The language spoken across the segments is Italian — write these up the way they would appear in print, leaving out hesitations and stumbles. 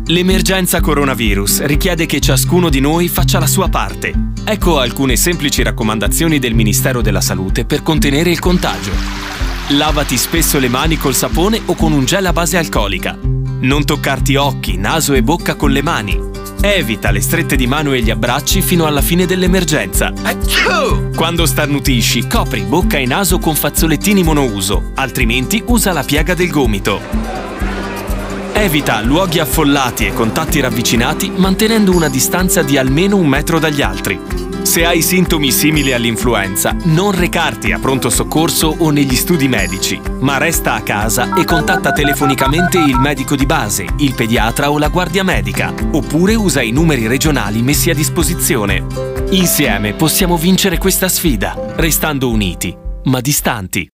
L'emergenza coronavirus richiede che ciascuno di noi faccia la sua parte. Ecco alcune semplici raccomandazioni del Ministero della Salute per contenere il contagio. Lavati spesso le mani col sapone o con un gel a base alcolica. Non toccarti occhi, naso e bocca con le mani. Evita le strette di mano e gli abbracci fino alla fine dell'emergenza. Quando starnutisci, copri bocca e naso con fazzolettini monouso, altrimenti usa la piega del gomito. Evita luoghi affollati e contatti ravvicinati mantenendo una distanza di almeno 1 metro dagli altri. Se hai sintomi simili all'influenza, non recarti a pronto soccorso o negli studi medici, ma resta a casa e contatta telefonicamente il medico di base, il pediatra o la guardia medica, oppure usa i numeri regionali messi a disposizione. Insieme possiamo vincere questa sfida, restando uniti, ma distanti.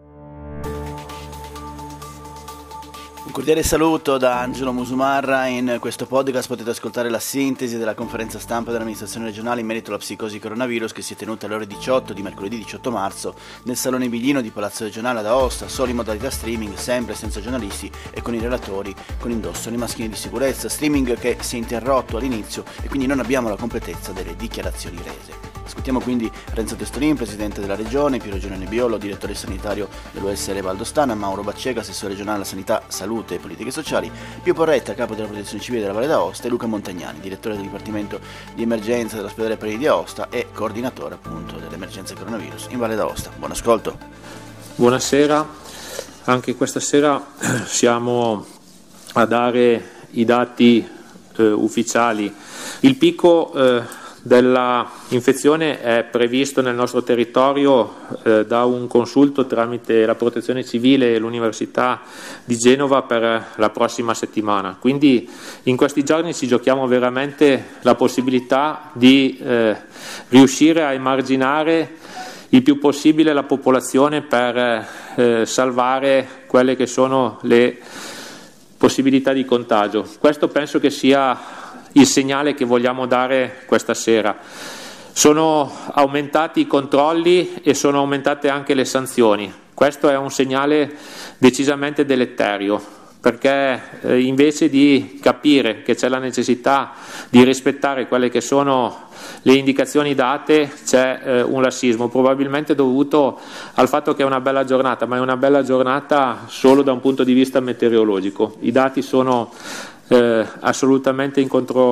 Un cordiale saluto da Angelo Musumarra. In questo podcast potete ascoltare la sintesi della conferenza stampa dell'amministrazione regionale in merito alla psicosi coronavirus che si è tenuta alle ore 18 di mercoledì 18 marzo nel Salone Biglino di Palazzo Regionale ad Aosta, solo in modalità streaming, sempre senza giornalisti e con i relatori con indosso le maschine di sicurezza, streaming che si è interrotto all'inizio e quindi non abbiamo la completezza delle dichiarazioni rese. Ascoltiamo quindi Renzo Testolin, presidente della regione, Piero Giuliano Biolo, direttore sanitario dell'USL Valdostana, Mauro Baccega, assessore regionale alla sanità, salute e politiche sociali, Pio Porretta, capo della protezione civile della Valle d'Aosta, e Luca Montagnani, direttore del Dipartimento di Emergenza dell'ospedale Peri di Aosta e coordinatore appunto dell'emergenza coronavirus in Valle d'Aosta. Buon ascolto. Buonasera, anche questa sera siamo a dare i dati ufficiali. Il picco della infezione è previsto nel nostro territorio da un consulto tramite la Protezione Civile e l'Università di Genova per la prossima settimana. Quindi in questi giorni ci giochiamo veramente la possibilità di riuscire a emarginare il più possibile la popolazione per salvare quelle che sono le possibilità di contagio. Questo penso che sia il segnale che vogliamo dare questa sera. Sono aumentati i controlli e sono aumentate anche le sanzioni. Questo è un segnale decisamente deleterio, perché invece di capire che c'è la necessità di rispettare quelle che sono le indicazioni date, c'è un lassismo, probabilmente dovuto al fatto che è una bella giornata, ma è una bella giornata solo da un punto di vista meteorologico. I dati sono assolutamente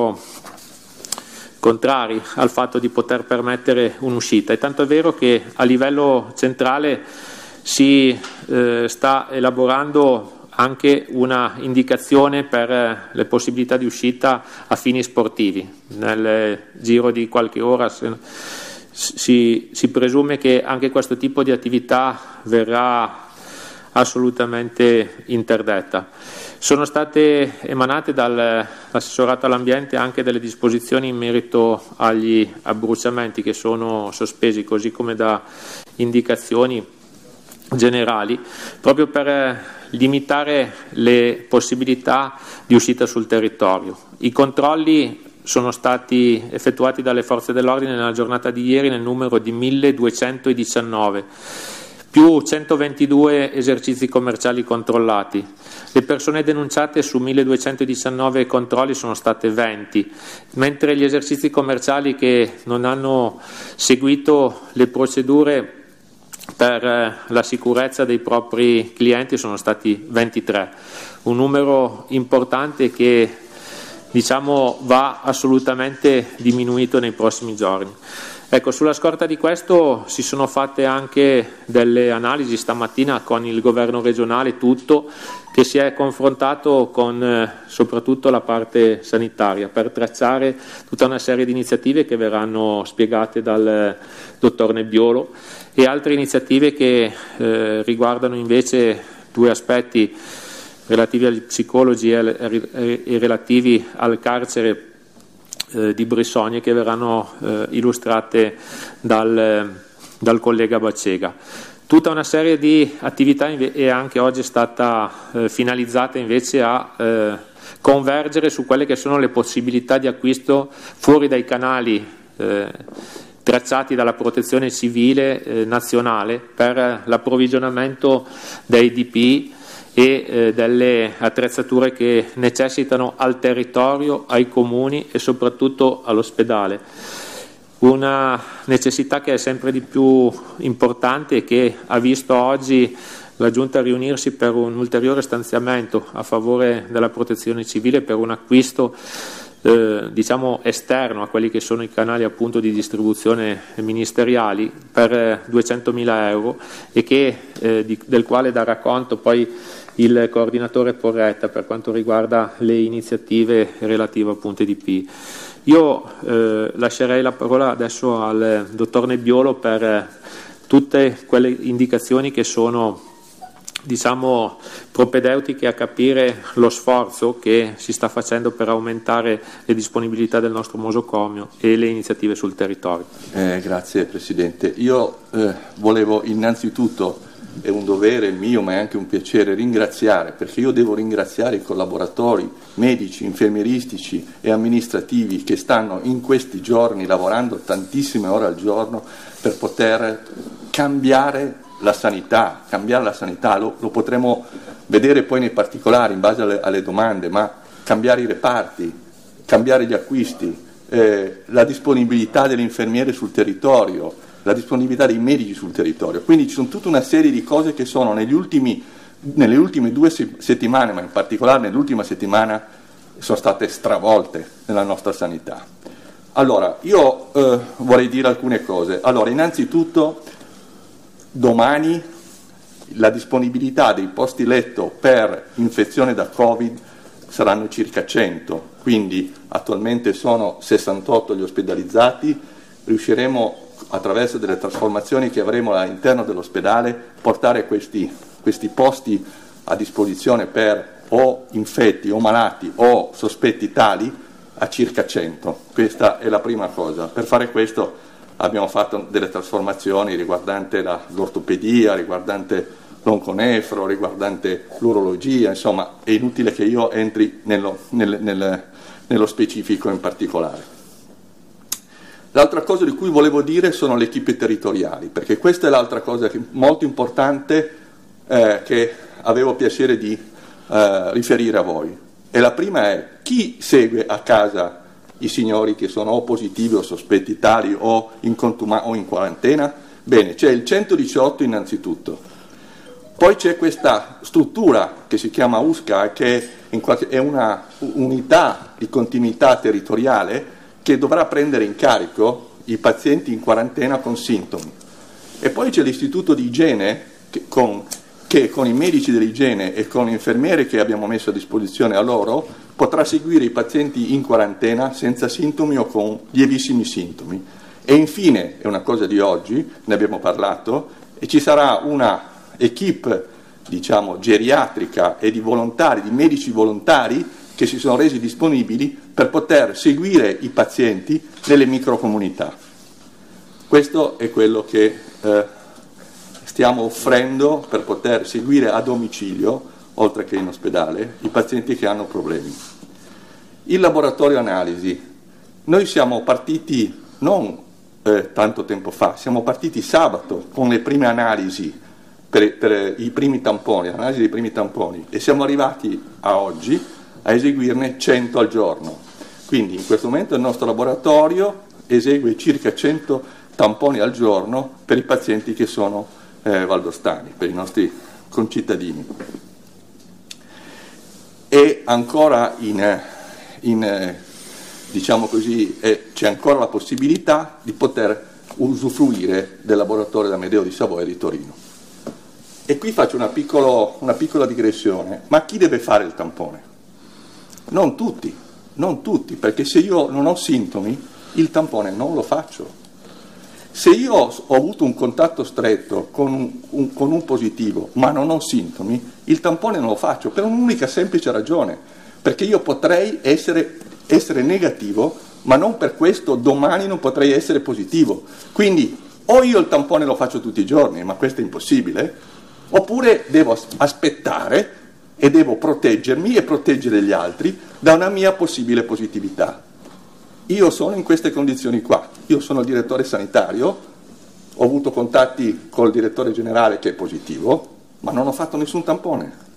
contrari al fatto di poter permettere un'uscita, e tanto è vero che a livello centrale si sta elaborando anche una indicazione per le possibilità di uscita a fini sportivi. Nel giro di qualche ora si presume che anche questo tipo di attività verrà assolutamente interdetta. Sono state emanate dall'assessorato all'ambiente anche delle disposizioni in merito agli abbruciamenti che sono sospesi, così come da indicazioni generali, proprio per limitare le possibilità di uscita sul territorio. I controlli sono stati effettuati dalle forze dell'ordine nella giornata di ieri nel numero di 1219, più 122 esercizi commerciali controllati. Le persone denunciate su 1219 controlli sono state 20, mentre gli esercizi commerciali che non hanno seguito le procedure per la sicurezza dei propri clienti sono stati 23, un numero importante che va assolutamente diminuito nei prossimi giorni. Ecco, sulla scorta di questo si sono fatte anche delle analisi stamattina con il governo regionale tutto, che si è confrontato con soprattutto la parte sanitaria per tracciare tutta una serie di iniziative che verranno spiegate dal dottor Nebbiolo e altre iniziative che riguardano invece due aspetti relativi agli psicologi e relativi al carcere di Brisogna, che verranno illustrate dal collega Baccega. Tutta una serie di attività è anche oggi stata finalizzata invece a convergere su quelle che sono le possibilità di acquisto fuori dai canali tracciati dalla Protezione Civile nazionale per l'approvvigionamento dei DPI e delle attrezzature che necessitano al territorio, ai comuni e soprattutto all'ospedale. Una necessità che è sempre di più importante e che ha visto oggi la Giunta riunirsi per un ulteriore stanziamento a favore della protezione civile per un acquisto diciamo esterno a quelli che sono i canali appunto di distribuzione ministeriali per 200.000 euro e che, del quale darà conto poi il coordinatore Porretta per quanto riguarda le iniziative relative appunto ai DP. Io lascerei la parola adesso al dottor Nebbiolo per tutte quelle indicazioni che sono diciamo propedeutiche a capire lo sforzo che si sta facendo per aumentare le disponibilità del nostro nosocomio e le iniziative sul territorio. Grazie Presidente. Io volevo innanzitutto, è un dovere mio ma è anche un piacere ringraziare, perché io devo ringraziare i collaboratori medici, infermieristici e amministrativi che stanno in questi giorni lavorando tantissime ore al giorno per poter cambiare la sanità, lo potremo vedere poi nei particolari in base alle domande, ma cambiare i reparti, cambiare gli acquisti, la disponibilità delle infermiere sul territorio, la disponibilità dei medici sul territorio. Quindi ci sono tutta una serie di cose che sono nelle ultime 2 settimane, ma in particolare nell'ultima settimana, sono state stravolte nella nostra sanità. Allora, io vorrei dire alcune cose. Allora, innanzitutto, domani la disponibilità dei posti letto per infezione da Covid saranno circa 100, quindi attualmente sono 68 gli ospedalizzati, riusciremo attraverso delle trasformazioni che avremo all'interno dell'ospedale portare questi posti a disposizione per o infetti o malati o sospetti tali a circa 100. Questa è la prima cosa. Per fare questo abbiamo fatto delle trasformazioni riguardante l'ortopedia, riguardante l'onconefro, riguardante l'urologia, insomma è inutile che io entri nello specifico in particolare. L'altra cosa di cui volevo dire sono le equipe territoriali, perché questa è l'altra cosa molto importante che avevo piacere di riferire a voi. E la prima è: chi segue a casa i signori che sono o positivi o sospetti tali o in quarantena? Bene, c'è il 118 innanzitutto, poi c'è questa struttura che si chiama USCA, che è una unità di continuità territoriale che dovrà prendere in carico i pazienti in quarantena con sintomi, e poi c'è l'istituto di igiene che con i medici dell'igiene e con le infermiere che abbiamo messo a disposizione a loro potrà seguire i pazienti in quarantena senza sintomi o con lievissimi sintomi. E infine, è una cosa di oggi, ne abbiamo parlato, e ci sarà una equipe, diciamo, geriatrica e di volontari, di medici volontari che si sono resi disponibili per poter seguire i pazienti nelle microcomunità. Questo è quello che stiamo offrendo per poter seguire a domicilio, oltre che in ospedale, i pazienti che hanno problemi. Il laboratorio analisi. Noi siamo partiti non tanto tempo fa, siamo partiti sabato con le prime analisi per i primi tamponi, l'analisi dei primi tamponi, e siamo arrivati a oggi a eseguirne 100 al giorno. Quindi in questo momento il nostro laboratorio esegue circa 100 tamponi al giorno per i pazienti che sono valdostani, per i nostri concittadini. E ancora diciamo così, c'è ancora la possibilità di poter usufruire del laboratorio d'Amedeo di Savoia e di Torino. E qui faccio una piccola digressione. Ma chi deve fare il tampone? Non tutti, perché se io non ho sintomi, il tampone non lo faccio. Se io ho avuto un contatto stretto con un positivo, ma non ho sintomi, il tampone non lo faccio, per un'unica semplice ragione, perché io potrei essere negativo, ma non per questo domani non potrei essere positivo. Quindi o io il tampone lo faccio tutti i giorni, ma questo è impossibile, oppure devo aspettare e devo proteggermi e proteggere gli altri da una mia possibile positività. Io sono in queste condizioni qua, io sono il direttore sanitario, ho avuto contatti col direttore generale che è positivo, ma non ho fatto nessun tampone.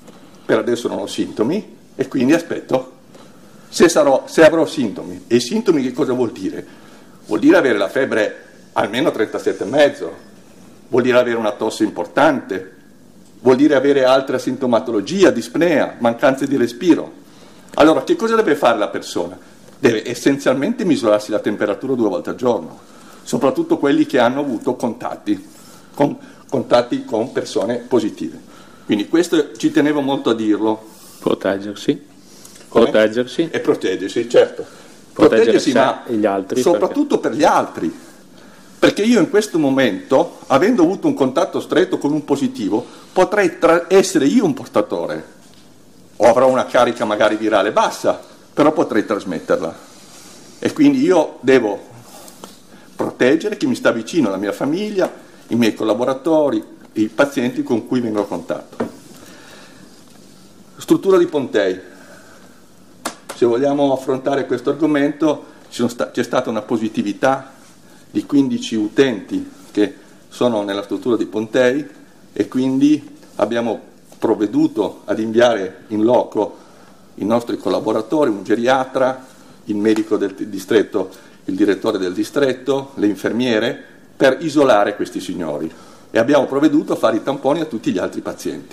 per adesso non ho sintomi e quindi aspetto. Se avrò sintomi, e sintomi che cosa vuol dire? Vuol dire avere la febbre almeno 37,5, vuol dire avere una tosse importante, vuol dire avere altra sintomatologia, dispnea, mancanza di respiro. Allora che cosa deve fare la persona? Deve essenzialmente misurarsi la temperatura 2 volte al giorno, soprattutto quelli che hanno avuto contatti con persone positive. Quindi questo ci tenevo molto a dirlo. Proteggersi. Come? Proteggersi. E proteggersi, certo. Proteggersi ma e gli altri. Soprattutto per gli altri. Perché io in questo momento, avendo avuto un contatto stretto con un positivo, potrei essere io un portatore. O avrò una carica magari virale bassa, però potrei trasmetterla. E quindi io devo proteggere chi mi sta vicino, la mia famiglia, i miei collaboratori, i pazienti con cui vengo a contatto. Struttura di Pontei. Se vogliamo affrontare questo argomento, c'è stata una positività di 15 utenti che sono nella struttura di Pontei e quindi abbiamo provveduto ad inviare in loco i nostri collaboratori, un geriatra, il medico del distretto, il direttore del distretto, le infermiere, per isolare questi signori e abbiamo provveduto a fare i tamponi a tutti gli altri pazienti.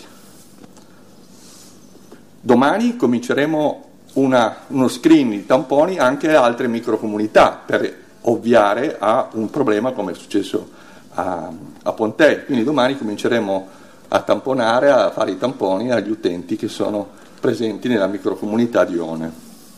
Domani cominceremo uno screening di tamponi anche a altre microcomunità per ovviare a un problema come è successo a Pontei. Quindi domani cominceremo a tamponare, a fare i tamponi agli utenti che sono presenti nella microcomunità di One.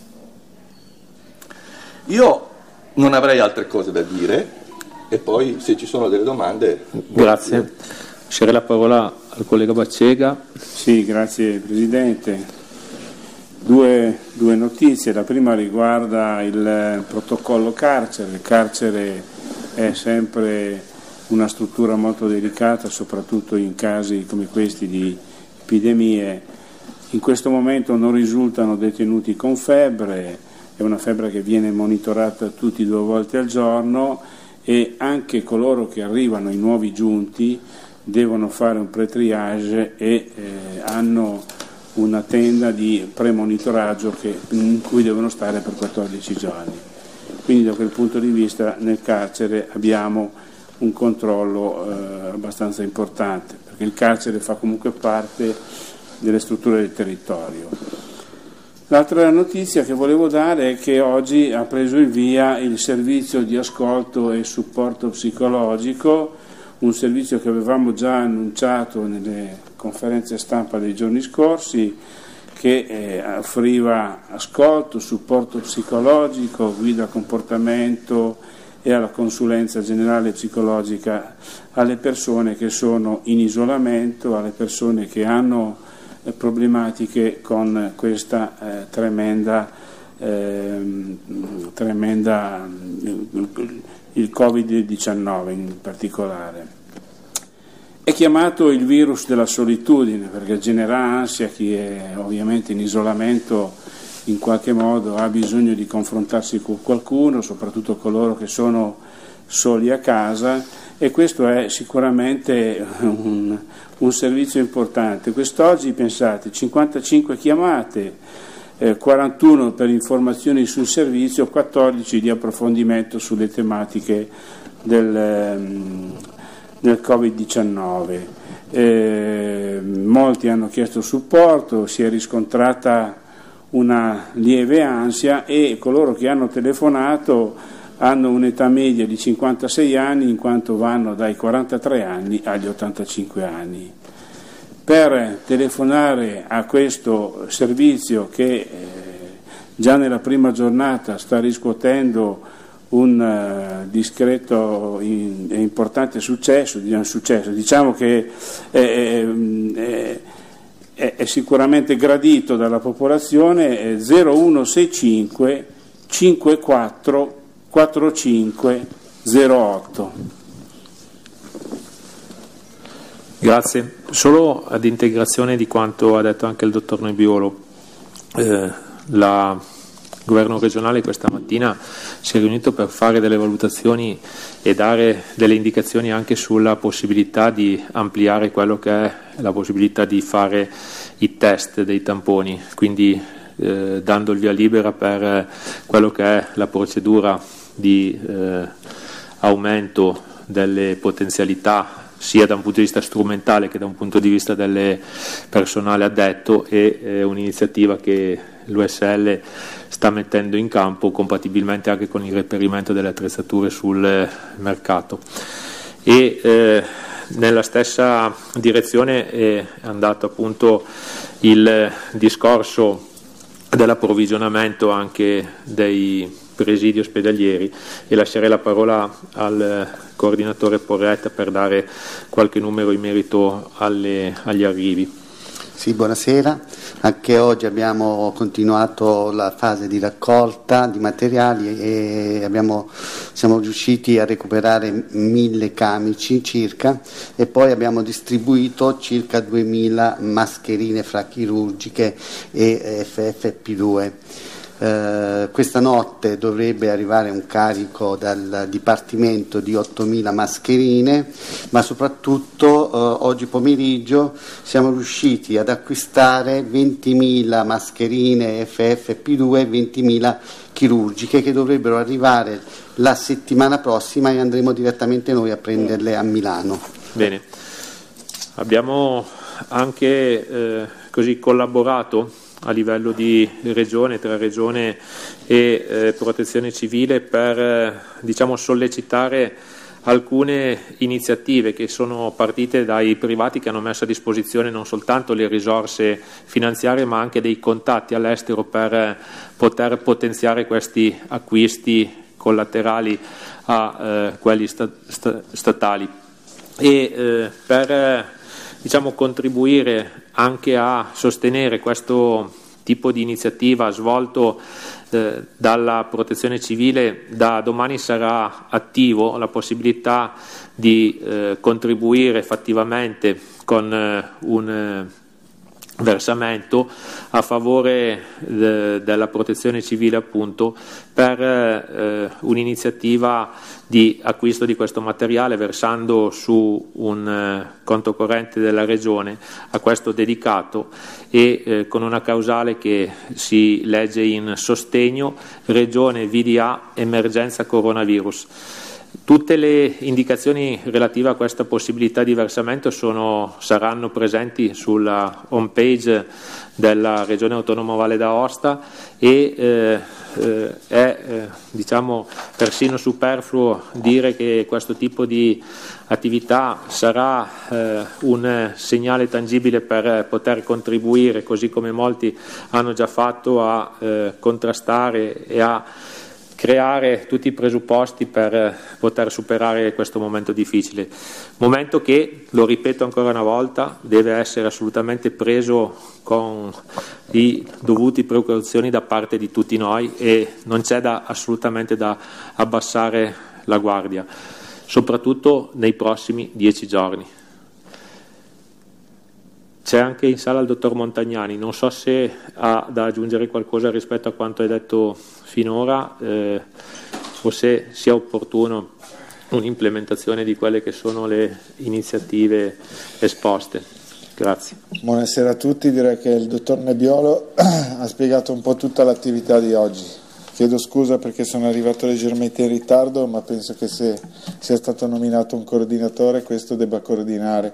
Io non avrei altre cose da dire e poi se ci sono delle domande... Grazie. Lascerei la parola al collega Baccega. Sì, grazie Presidente. Due notizie, la prima riguarda il protocollo carcere. Il carcere è sempre una struttura molto delicata, soprattutto in casi come questi di epidemie. In questo momento non risultano detenuti con febbre, è una febbre che viene monitorata tutti 2 volte al giorno e anche coloro che arrivano, i nuovi giunti, devono fare un pre-triage e hanno una tenda di premonitoraggio in cui devono stare per 14 giorni. Quindi da quel punto di vista nel carcere abbiamo un controllo abbastanza importante, perché il carcere fa comunque parte delle strutture del territorio. L'altra notizia che volevo dare è che oggi ha preso il via il servizio di ascolto e supporto psicologico, un servizio che avevamo già annunciato nelle conferenze stampa dei giorni scorsi, che offriva ascolto, supporto psicologico, guida al comportamento e alla consulenza generale psicologica alle persone che sono in isolamento, alle persone che hanno problematiche con questa tremenda il Covid-19 in particolare. È chiamato il virus della solitudine perché genera ansia, chi è ovviamente in isolamento in qualche modo ha bisogno di confrontarsi con qualcuno, soprattutto coloro che sono soli a casa, e questo è sicuramente un servizio importante. Quest'oggi, pensate, 55 chiamate, 41 per informazioni sul servizio, 14 di approfondimento sulle tematiche del Covid-19. Molti hanno chiesto supporto, si è riscontrata una lieve ansia e coloro che hanno telefonato hanno un'età media di 56 anni, in quanto vanno dai 43 anni agli 85 anni. Per telefonare a questo servizio che già nella prima giornata sta riscuotendo un discreto e importante successo, diciamo che è sicuramente gradito dalla popolazione, 0165 54 45 08. Grazie. Solo ad integrazione di quanto ha detto anche il dottor Nebiolo, la governo regionale questa mattina si è riunito per fare delle valutazioni e dare delle indicazioni anche sulla possibilità di ampliare quello che è la possibilità di fare i test dei tamponi, quindi dando il via libera per quello che è la procedura di aumento delle potenzialità sia da un punto di vista strumentale che da un punto di vista del personale addetto, e un'iniziativa che l'USL sta mettendo in campo compatibilmente anche con il reperimento delle attrezzature sul mercato. E nella stessa direzione è andato appunto il discorso dell'approvvigionamento anche dei presidi ospedalieri, e lascerei la parola al coordinatore Porretta per dare qualche numero in merito agli arrivi. Sì, buonasera. Anche oggi abbiamo continuato la fase di raccolta di materiali e siamo riusciti a recuperare 1000 camici circa, e poi abbiamo distribuito circa 2000 mascherine chirurgiche e FFP2. Questa notte dovrebbe arrivare un carico dal Dipartimento di 8.000 mascherine, ma soprattutto oggi pomeriggio siamo riusciti ad acquistare 20.000 mascherine FFP2 e 20.000 chirurgiche, che dovrebbero arrivare la settimana prossima, e andremo direttamente noi a prenderle a Milano. Bene, abbiamo anche così collaborato a livello di regione, tra regione e protezione civile, per sollecitare alcune iniziative che sono partite dai privati, che hanno messo a disposizione non soltanto le risorse finanziarie ma anche dei contatti all'estero per poter potenziare questi acquisti collaterali a quelli statali, e per contribuire anche a sostenere questo tipo di iniziativa svolto dalla protezione civile. Da domani sarà attivo la possibilità di contribuire fattivamente con un versamento a favore della protezione civile, appunto, per un'iniziativa di acquisto di questo materiale, versando su un conto corrente della regione a questo dedicato, e con una causale che si legge in sostegno regione VDA emergenza coronavirus. Tutte le indicazioni relative a questa possibilità di versamento saranno presenti sulla home page della Regione Autonoma Valle d'Aosta, e è persino superfluo dire che questo tipo di attività sarà un segnale tangibile per poter contribuire, così come molti hanno già fatto, a contrastare e a creare tutti i presupposti per poter superare questo momento difficile, momento che, lo ripeto ancora una volta, deve essere assolutamente preso con i dovuti precauzioni da parte di tutti noi, e non c'è assolutamente da abbassare la guardia, soprattutto nei prossimi 10 giorni. C'è anche in sala il dottor Montagnani, non so se ha da aggiungere qualcosa rispetto a quanto hai detto finora, o se sia opportuno un'implementazione di quelle che sono le iniziative esposte. Grazie. Buonasera a tutti, direi che il dottor Nebbiolo ha spiegato un po' tutta l'attività di oggi. Chiedo scusa perché sono arrivato leggermente in ritardo, ma penso che se sia stato nominato un coordinatore, questo debba coordinare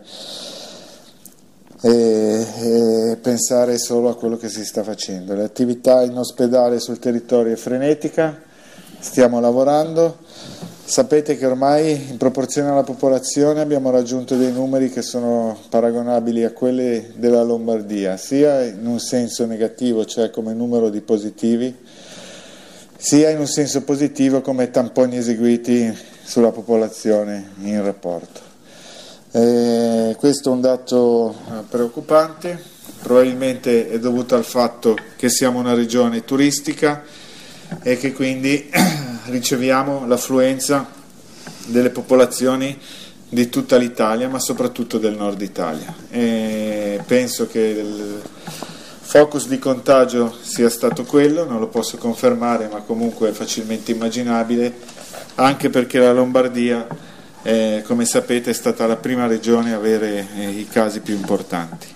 e pensare solo a quello che si sta facendo. L'attività in ospedale sul territorio è frenetica, stiamo lavorando. Sapete che ormai in proporzione alla popolazione abbiamo raggiunto dei numeri che sono paragonabili a quelli della Lombardia, sia in un senso negativo, cioè come numero di positivi, sia in un senso positivo come tamponi eseguiti sulla popolazione in rapporto. Questo è un dato preoccupante, probabilmente è dovuto al fatto che siamo una regione turistica e che quindi riceviamo l'affluenza delle popolazioni di tutta l'Italia, ma soprattutto del nord Italia. E penso che focus di contagio sia stato quello, non lo posso confermare, ma comunque è facilmente immaginabile, anche perché la Lombardia, come sapete, è stata la prima regione a avere i casi più importanti.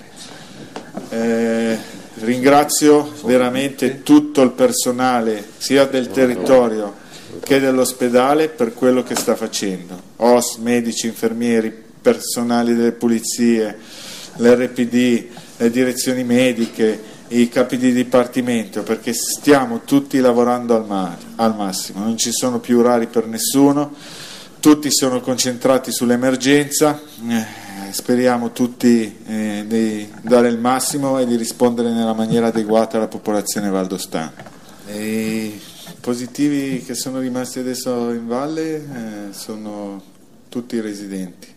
Ringrazio veramente tutto il personale, sia del territorio che dell'ospedale, per quello che sta facendo. OS, medici, infermieri, personali delle pulizie, l'RPD, le direzioni mediche, i capi di dipartimento, perché stiamo tutti lavorando al massimo, non ci sono più orari per nessuno, tutti sono concentrati sull'emergenza, speriamo tutti di dare il massimo e di rispondere nella maniera adeguata alla popolazione valdostana. I positivi che sono rimasti adesso in valle sono tutti i residenti.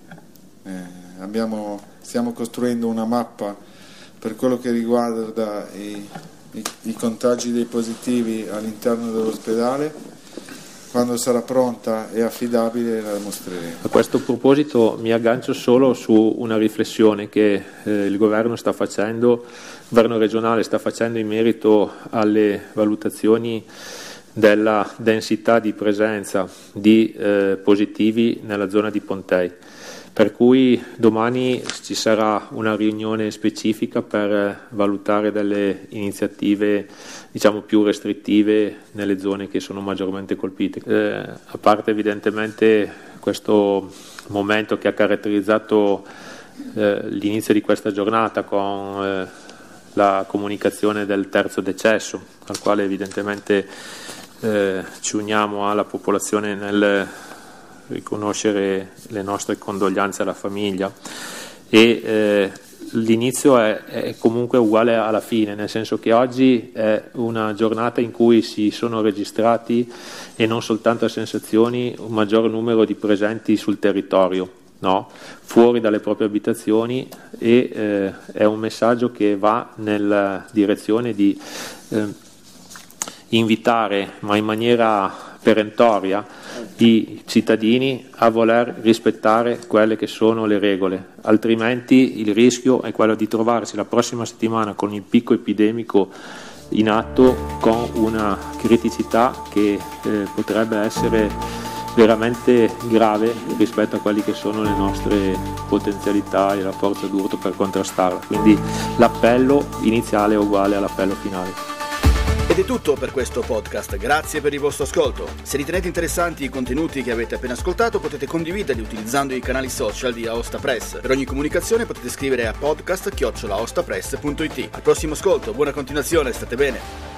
Stiamo costruendo una mappa per quello che riguarda i contagi dei positivi all'interno dell'ospedale. Quando sarà pronta e affidabile la mostreremo. A questo proposito mi aggancio solo su una riflessione che il governo regionale sta facendo in merito alle valutazioni della densità di presenza di positivi nella zona di Pontei. Per cui domani ci sarà una riunione specifica per valutare delle iniziative, diciamo, più restrittive nelle zone che sono maggiormente colpite. A parte evidentemente questo momento che ha caratterizzato l'inizio di questa giornata con la comunicazione del terzo decesso, al quale evidentemente ci uniamo alla popolazione nel riconoscere le nostre condoglianze alla famiglia, e l'inizio è comunque uguale alla fine, nel senso che oggi è una giornata in cui si sono registrati, e non soltanto a sensazioni, un maggior numero di presenti sul territorio, no? Fuori dalle proprie abitazioni, e è un messaggio che va nella direzione di invitare, ma in maniera perentoria, i cittadini a voler rispettare quelle che sono le regole, altrimenti il rischio è quello di trovarsi la prossima settimana con il picco epidemico in atto, con una criticità che potrebbe essere veramente grave rispetto a quelli che sono le nostre potenzialità e la forza d'urto per contrastarla. Quindi l'appello iniziale è uguale all'appello finale. Ed è tutto per questo podcast, grazie per il vostro ascolto. Se ritenete interessanti i contenuti che avete appena ascoltato, potete condividerli utilizzando i canali social di Aosta Press. Per ogni comunicazione potete scrivere a podcast@aostapress.it. Al prossimo ascolto, buona continuazione, state bene.